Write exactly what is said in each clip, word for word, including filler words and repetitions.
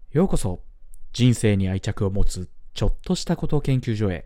ようこそ人生に愛着を持つちょっとしたこと研究所へ。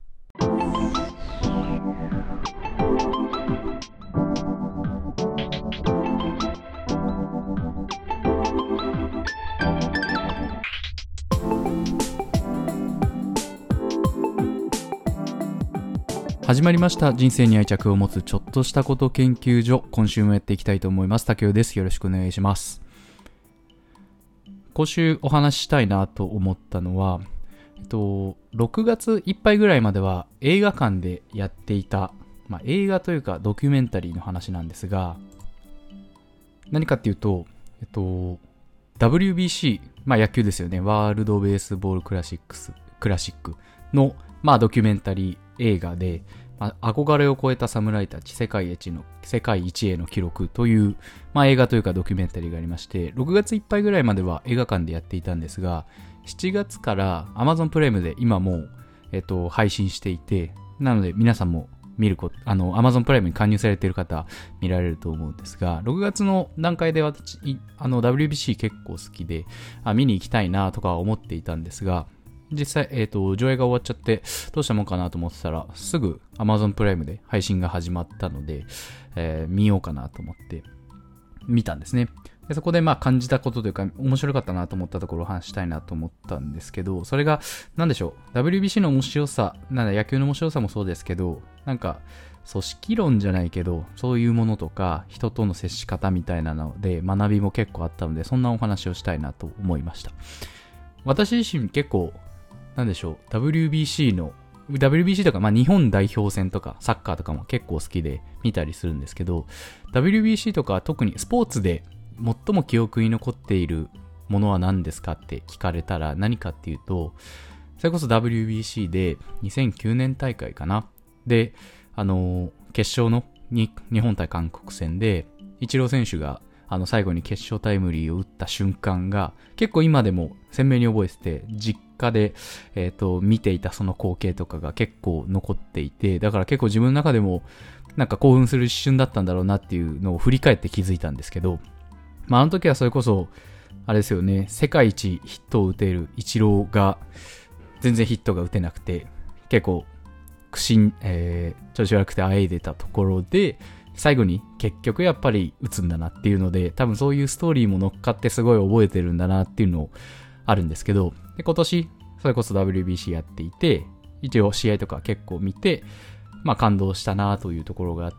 始まりました。人生に愛着を持つちょっとしたこと研究所。今週もやっていきたいと思います。竹雄です。よろしくお願いします。今週お話ししたいなと思ったのは、えっと、ろくがついっぱいぐらいまでは映画館でやっていた、まあ、映画というかドキュメンタリーの話なんですが、何かっていうと、えっと、ダブリュービーシー、まあ野球ですよね。ワールドベースボールクラシックス、クラシックの、まあドキュメンタリー映画で、まあ、憧れを超えた侍たち世界一の世界一への記録という、まあ、映画というかドキュメンタリーがありまして、ろくがついっぱいぐらいまでは映画館でやっていたんですが、しちがつから Amazon プライムで今もう、えっと、配信していて、なので皆さんも見ること、あの Amazon プライムに加入されている方見られると思うんですが、ろくがつの段階で私あの ダブリュービーシー 結構好きで、あ見に行きたいなとか思っていたんですが、実際、えっと、上映が終わっちゃって、どうしたもんかなと思ってたら、すぐ Amazon プライムで配信が始まったので、えー、見ようかなと思って、見たんですね。でそこでまあ感じたことというか、面白かったなと思ったところを話したいなと思ったんですけど、それが、なんでしょう、ダブリュービーシー の面白さ、なんだ野球の面白さもそうですけど、なんか、組織論じゃないけど、そういうものとか、人との接し方みたいなので、学びも結構あったので、そんなお話をしたいなと思いました。私自身結構、なんでしょう、ダブリュービーシー の、ダブリュービーシー とか、まあ日本代表戦とか、サッカーとかも結構好きで見たりするんですけど、ダブリュービーシー とか特にスポーツで最も記憶に残っているものは何ですかって聞かれたら何かっていうと、それこそ ダブリュービーシー でにせんきゅうねん大会かな。で、あの、決勝のに日本対韓国戦で、イチロー選手があの最後に決勝タイムリーを打った瞬間が結構今でも鮮明に覚えてて、実家で、えーと、見ていたその光景とかが結構残っていて、だから結構自分の中でもなんか興奮する一瞬だったんだろうなっていうのを振り返って気づいたんですけど、まああの時はそれこそあれですよね、世界一ヒットを打てるイチローが全然ヒットが打てなくて、結構苦心、えー、調子悪くてあえいでたところで、最後に結局やっぱり打つんだなっていうので、多分そういうストーリーも乗っかってすごい覚えてるんだなっていうのあるんですけど、で今年それこそ ダブリュービーシー やっていて、一応試合とか結構見て、まあ感動したなというところがあって、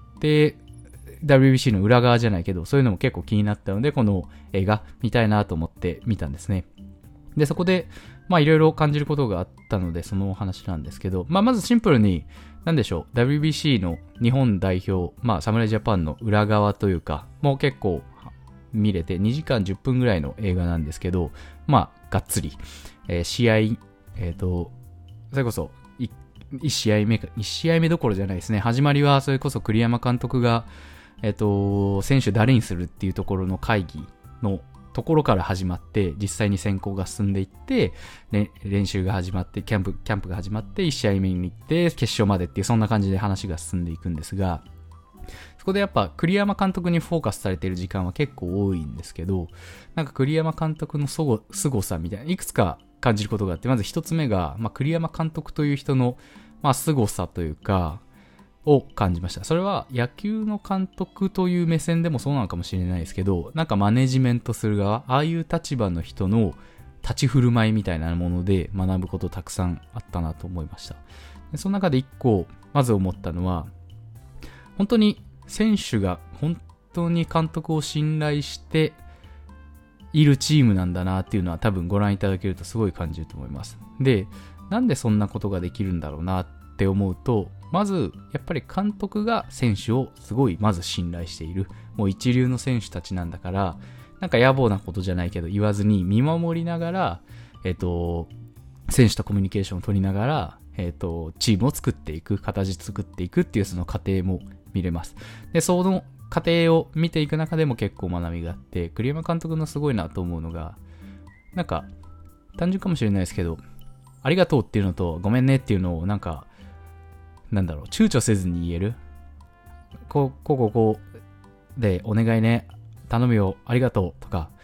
ダブリュービーシー の裏側じゃないけど、そういうのも結構気になったので、この映画見たいなと思って見たんですね。で、そこでまあいろいろ感じることがあったので、そのお話なんですけど、まあまずシンプルに、なんでしょう、ダブリュービーシー の日本代表、まあ侍ジャパンの裏側というか、もう結構見れてにじかんじゅっぷんぐらいの映画なんですけど、まあがっつり、えー、試合、えっと、それこそいち試合目か、いち試合目どころじゃないですね。始まりはそれこそ栗山監督が、えっと、選手誰にするっていうところの会議のところから始まって、実際に選考が進んでいって、ね、練習が始まって、キャンプ、キャンプが始まって、いち試合目に行って、決勝までっていう、そんな感じで話が進んでいくんですが、そこでやっぱ栗山監督にフォーカスされている時間は結構多いんですけど、なんか栗山監督のすご、凄さみたいな、いくつか感じることがあって、まず一つ目が、まあ、栗山監督という人の、まあ、凄さというか、を感じました。それは野球の監督という目線でもそうなのかもしれないですけど、なんかマネジメントする側、ああいう立場の人の立ち振る舞いみたいなもので学ぶことたくさんあったなと思いました。でその中で一個、まず思ったのは、本当に選手が本当に監督を信頼しているチームなんだなっていうのは多分ご覧いただけるとすごい感じると思います。で、なんでそんなことができるんだろうなって思うと、まずやっぱり監督が選手をすごいまず信頼している、もう一流の選手たちなんだから、なんか野暮なことじゃないけど言わずに見守りながら、えっと選手とコミュニケーションを取りながら、えっとチームを作っていく、形作っていくっていうその過程も見れます。でその過程を見ていく中でも結構学びがあって、栗山監督のすごいなと思うのが、なんか単純かもしれないですけど、ありがとうっていうのとごめんねっていうのをなんかなんだろう、躊躇せずに言える。こう、こう、こう、こうでお願いね、頼むよ、ありがとうとか、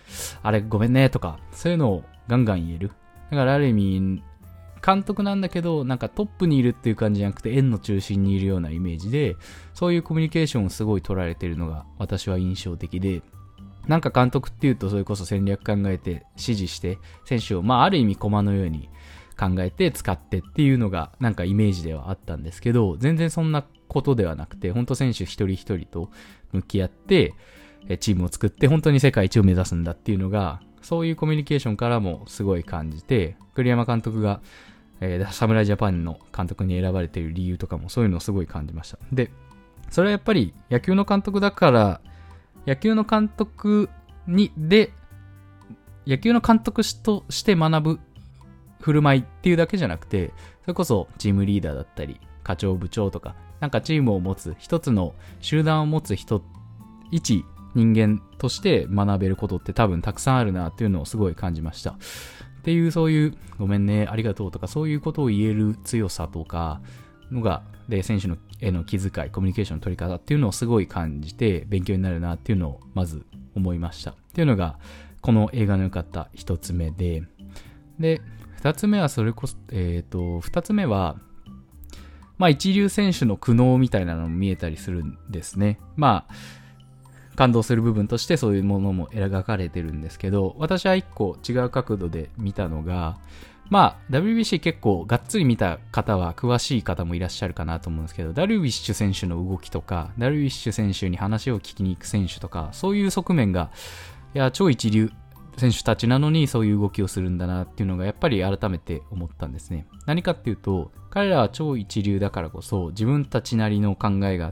あれごめんねとか、そういうのをガンガン言える。だからある意味、監督なんだけど、なんかトップにいるっていう感じじゃなくて、円の中心にいるようなイメージで、そういうコミュニケーションをすごい取られてるのが私は印象的で、なんか監督っていうとそれこそ戦略考えて指示して、選手をまあある意味駒のように考えて使ってっていうのがなんかイメージではあったんですけど、全然そんなことではなくて、本当選手一人一人と向き合ってチームを作って本当に世界一を目指すんだっていうのが、そういうコミュニケーションからもすごい感じて、栗山監督が、えー、侍ジャパンの監督に選ばれている理由とかもそういうのをすごい感じました。で、それはやっぱり野球の監督だから、野球の監督にで野球の監督として学ぶ振る舞いっていうだけじゃなくて、それこそチームリーダーだったり課長部長とか、なんかチームを持つ一つの集団を持つ人一人間として学べることって多分たくさんあるなっていうのをすごい感じました。っていう、そういうごめんねありがとうとか、そういうことを言える強さとかのが、で選手のへの気遣い、コミュニケーションの取り方っていうのをすごい感じて勉強になるなっていうのをまず思いましたっていうのがこの映画の良かった一つ目で、で二つ目はそれこそえっと二つ目はまあ一流選手の苦悩みたいなのも見えたりするんですね。まあ感動する部分としてそういうものも描かれてるんですけど、私は一個違う角度で見たのが、まあ ダブリュービーシー 結構がっつり見た方は詳しい方もいらっしゃるかなと思うんですけど、ダルビッシュ選手の動きとか、ダルビッシュ選手に話を聞きに行く選手とか、そういう側面が、いや超一流選手たちなのにそういう動きをするんだなっていうのがやっぱり改めて思ったんですね。何かっていうと、彼らは超一流だからこそ自分たちなりの考えがあって、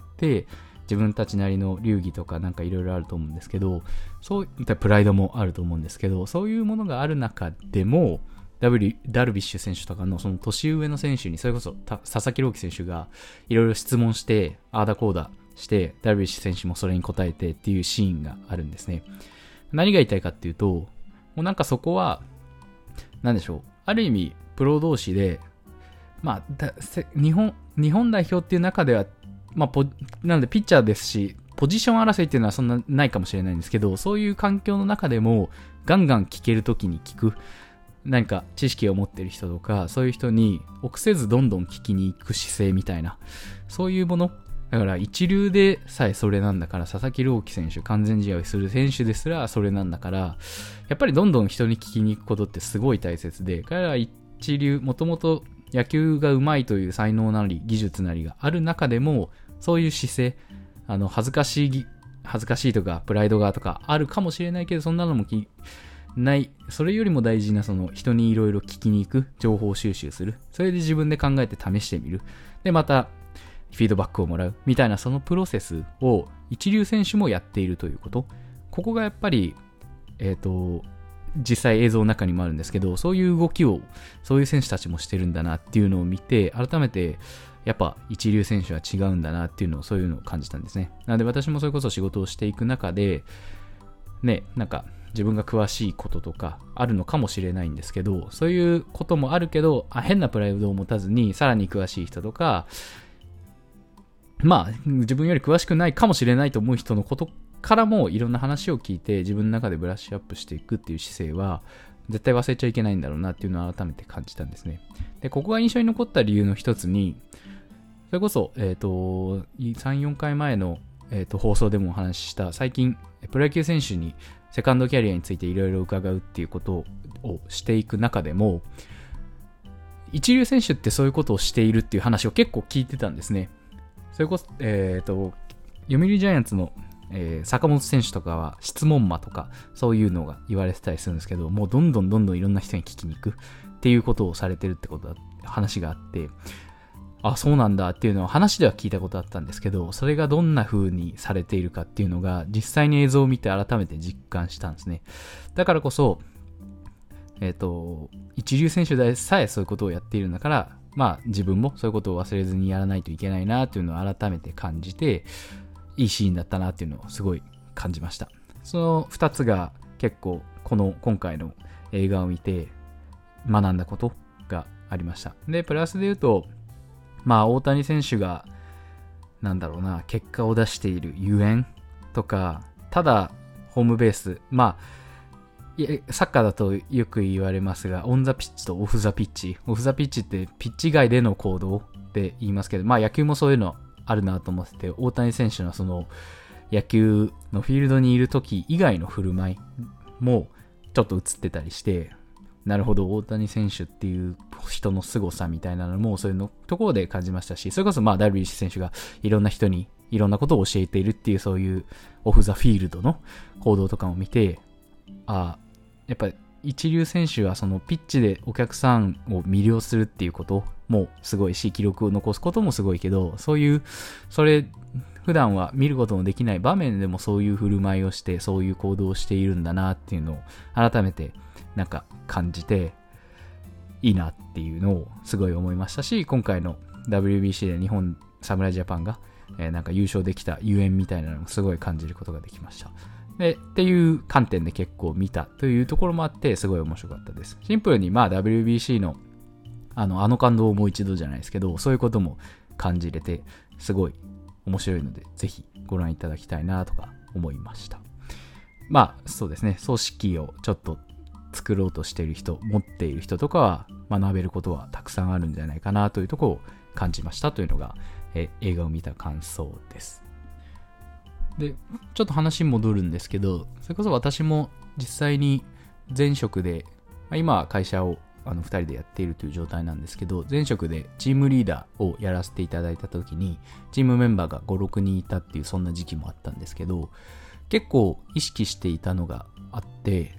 自分たちなりの流儀とかなんかいろいろあると思うんですけど、そういったプライドもあると思うんですけど、そういうものがある中でも、ダブリダルビッシュ選手とかのその年上の選手に、それこそ佐々木朗希選手がいろいろ質問して、あーだこーだして、ダルビッシュ選手もそれに答えてっていうシーンがあるんですね。何が言いたいかっていうと、もうなんかそこは、なんでしょう、ある意味プロ同士で、まあ、だ日本、日本代表っていう中では、まあ、ポなのでピッチャーですし、ポジション争いっていうのはそんなないかもしれないんですけど、そういう環境の中でもガンガン聞けるときに聞く、何か知識を持ってる人とか、そういう人に臆せずどんどん聞きに行く姿勢みたいな、そういうものだから一流でさえそれなんだから、佐々木朗希選手、完全試合をする選手ですらそれなんだから、やっぱりどんどん人に聞きに行くことってすごい大切で、彼らは一流、もともと野球が上手いという才能なり技術なりがある中でも、そういう姿勢、あの恥ずかしい恥ずかしいとかプライドがとかあるかもしれないけど、そんなのもきない、それよりも大事な、その人にいろいろ聞きに行く、情報収集する、それで自分で考えて試してみる、でまたフィードバックをもらうみたいな、そのプロセスを一流選手もやっているということ、ここがやっぱりえっと実際映像の中にもあるんですけど、そういう動きをそういう選手たちもしてるんだなっていうのを見て、改めてやっぱ一流選手は違うんだなっていうのを、そういうのを感じたんですね。なので私もそれこそ仕事をしていく中でね、なんか自分が詳しいこととかあるのかもしれないんですけど、そういうこともあるけど、あ変なプライドを持たずに、さらに詳しい人とか、まあ自分より詳しくないかもしれないと思う人のことからもいろんな話を聞いて、自分の中でブラッシュアップしていくっていう姿勢は絶対忘れちゃいけないんだろうなっていうのを改めて感じたんですね。でここが印象に残った理由の一つに、それこそ、えっと、さん、よんかいまえの、えーと、放送でもお話しした、最近、プロ野球選手にセカンドキャリアについていろいろ伺うっていうことをしていく中でも、一流選手ってそういうことをしているっていう話を結構聞いてたんですね。それこそ、えっと、読売ジャイアンツの、えー、坂本選手とかは質問魔とか、そういうのが言われてたりするんですけど、もうどんどんどんどんいろんな人に聞きに行くっていうことをされてるってことだ、話があって、あ、そうなんだっていうのは話では聞いたことあったんですけど、それがどんな風にされているかっていうのが実際に映像を見て改めて実感したんですね。だからこそ、えっと、一流選手でさえそういうことをやっているんだから、まあ自分もそういうことを忘れずにやらないといけないなっていうのを改めて感じて、いいシーンだったなっていうのをすごい感じました。その二つが結構この今回の映画を見て学んだことがありました。で、プラスで言うと、まあ大谷選手がなんだろうな、結果を出しているゆえんとか、ただホームベース、まあいやサッカーだとよく言われますが、オンザピッチとオフザピッチ。オフザピッチってピッチ外での行動って言いますけど、まあ野球もそういうのあるなと思ってて、大谷選手のその野球のフィールドにいる時以外の振る舞いもちょっと映ってたりして、なるほど、大谷選手っていう人の凄さみたいなのもそういうのところで感じましたし、それこそまあダルビッシュ選手がいろんな人にいろんなことを教えているっていう、そういうオフザフィールドの行動とかも見て、ああやっぱり一流選手はそのピッチでお客さんを魅了するっていうこともすごいし、記録を残すこともすごいけど、そういうそれ普段は見ることもできない場面でもそういう振る舞いをして、そういう行動をしているんだなっていうのを改めてなんか感じていいなっていうのをすごい思いましたし、今回の ダブリュービーシー で日本侍ジャパンが、えー、なんか優勝できたゆえんみたいなのもすごい感じることができました。でっていう観点で結構見たというところもあって、すごい面白かったです。シンプルにまあ ダブリュービーシー のあのあの感動をもう一度じゃないですけど、そういうことも感じれてすごい面白いので、ぜひご覧いただきたいなとか思いました。まあそうですね、組織をちょっと作ろうとしている人、持っている人とかは学べることはたくさんあるんじゃないかなというところを感じましたというのが、え映画を見た感想です。でちょっと話戻るんですけど、それこそ私も実際に前職で、まあ、今は会社をあのふたりでやっているという状態なんですけど、前職でチームリーダーをやらせていただいた時にチームメンバーがご、ろくにんいたっていう、そんな時期もあったんですけど、結構意識していたのがあって、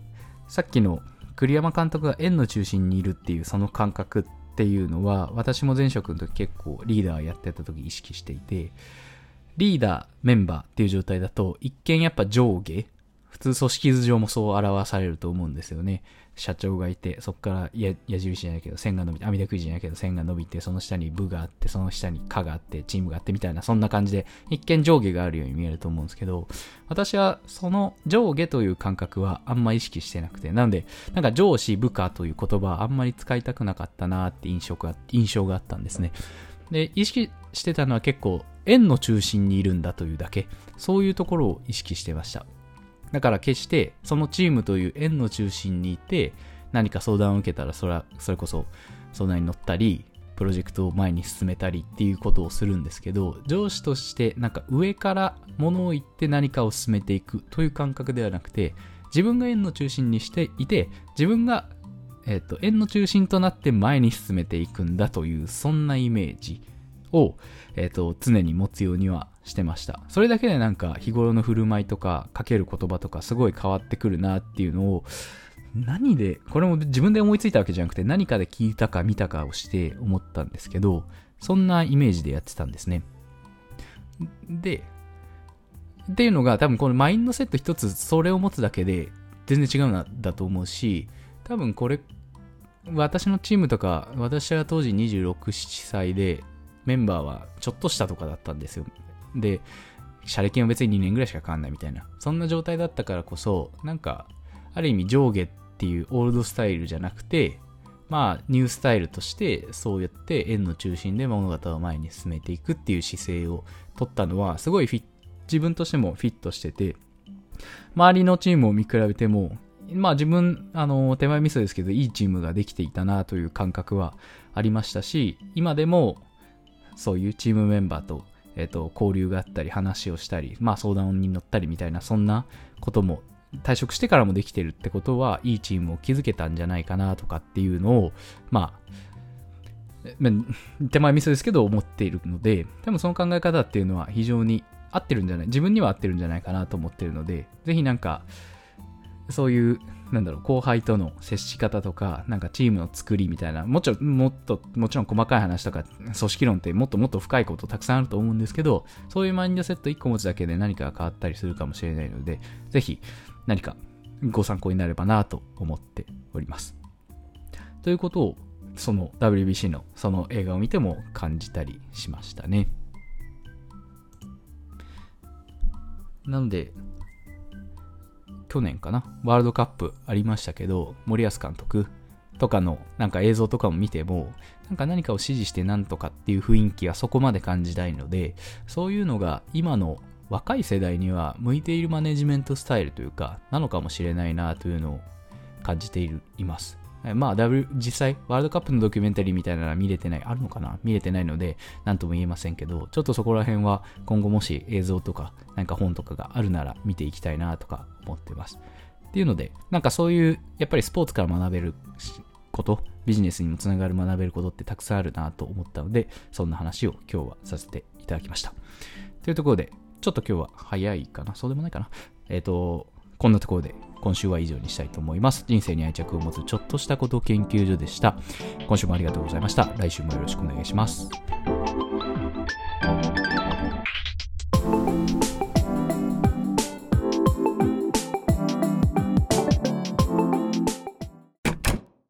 さっきの栗山監督が円の中心にいるっていうその感覚っていうのは、私も前職の時結構リーダーやってた時意識していて、リーダーメンバーっていう状態だと一見やっぱ上下、普通組織図上もそう表されると思うんですよね。社長がいて、そこから矢印じゃないけど線が伸びて、網田くじじゃないけど線が伸びて、その下に部があって、その下に課があって、チームがあってみたいな、そんな感じで一見上下があるように見えると思うんですけど、私はその上下という感覚はあんま意識してなくて、なのでなんか上司部下という言葉はあんまり使いたくなかったなって印象が印象があったんですね。で意識してたのは結構円の中心にいるんだというだけ、そういうところを意識してました。だから決してそのチームという円の中心にいて、何か相談を受けたらそれはそれこそ相談に乗ったりプロジェクトを前に進めたりっていうことをするんですけど、上司としてなんか上から物を言って何かを進めていくという感覚ではなくて、自分が円の中心にしていて、自分が、えーと、円の中心となって前に進めていくんだという、そんなイメージを、えーと、常に持つようにはしてました。それだけでなんか日頃の振る舞いとかかける言葉とかすごい変わってくるなっていうのを、何で、これも自分で思いついたわけじゃなくて何かで聞いたか見たかをして思ったんですけど、そんなイメージでやってたんですね。で、っていうのが多分このマインドセット一つそれを持つだけで全然違うんだと思うし、多分これ私のチームとか、私は当時にじゅうろく、ななさいでメンバーはちょっとしたとかだったんですよ。で、社歴も別ににねんぐらいしか変わんないみたいな、そんな状態だったからこそ、なんかある意味上下っていうオールドスタイルじゃなくて、まあニュースタイルとしてそうやって円の中心で物事を前に進めていくっていう姿勢を取ったのはすごいフィッ自分としてもフィットしてて、周りのチームを見比べても、まあ自分あの手前ミスですけどいいチームができていたなという感覚はありましたし、今でもそういうチームメンバーとえっと交流があったり話をしたり、まあ相談に乗ったりみたいな、そんなことも退職してからもできてるってことは、いいチームを築けたんじゃないかなとかっていうのを、まあ、手前ミスですけど思っているので、多分その考え方っていうのは非常に合ってるんじゃない、自分には合ってるんじゃないかなと思ってるので、ぜひなんか、そういう、なんだろう、後輩との接し方とか、なんかチームの作りみたいな、もちろん、もっと、もちろん細かい話とか、組織論ってもっともっと深いことたくさんあると思うんですけど、そういうマインドセットいっこ持つだけで何かが変わったりするかもしれないので、ぜひ、何かご参考になればなと思っております。ということをその ダブリュービーシー のその映画を見ても感じたりしましたね。なので去年かな、ワールドカップありましたけど、森保監督とかのなんか映像とかも見ても、なんか何かを指示してなんとかっていう雰囲気はそこまで感じないので、そういうのが今の若い世代には向いているマネジメントスタイルというかなのかもしれないなというのを感じているいます。まあ、W、実際、ワールドカップのドキュメンタリーみたいなのは見れてない、あるのかな見れてないので、なんとも言えませんけど、ちょっとそこら辺は今後もし映像とか、なんか本とかがあるなら見ていきたいなとか思ってます。っていうので、なんかそういう、やっぱりスポーツから学べること、ビジネスにもつながる学べることってたくさんあるなと思ったので、そんな話を今日はさせていただきました。というところで、ちょっと今日は早いかなそうでもないかなえっと、こんなところで今週は以上にしたいと思います。人生に愛着を持つちょっとしたこと研究所でした。今週もありがとうございました。来週もよろしくお願いします。